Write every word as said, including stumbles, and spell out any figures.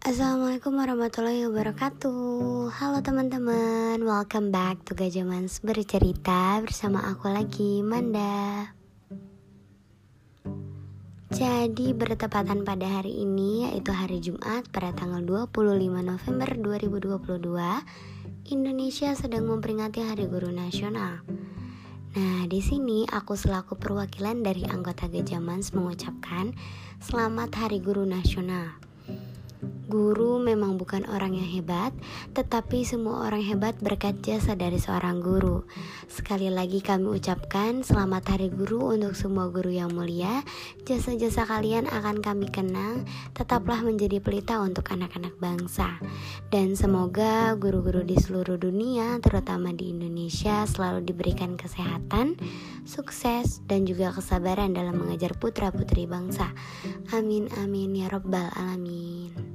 Assalamualaikum warahmatullahi wabarakatuh. Halo teman-teman, welcome back to Gajamans Bercerita. Bersama aku lagi, Manda. Jadi bertepatan pada hari ini, yaitu hari Jumat pada tanggal dua puluh lima November dua ribu dua puluh dua, Indonesia sedang memperingati Hari Guru Nasional. Nah, di sini aku selaku perwakilan dari anggota Gajamans mengucapkan Selamat Hari Guru Nasional. Guru memang bukan orang yang hebat, tetapi semua orang hebat berkat jasa dari seorang guru. Sekali lagi kami ucapkan selamat Hari Guru untuk semua guru yang mulia. Jasa-jasa kalian akan kami kenang, tetaplah menjadi pelita untuk anak-anak bangsa. Dan semoga guru-guru di seluruh dunia, terutama di Indonesia, selalu diberikan kesehatan, sukses, dan juga kesabaran dalam mengajar putra-putri bangsa. Amin amin ya rabbal alamin.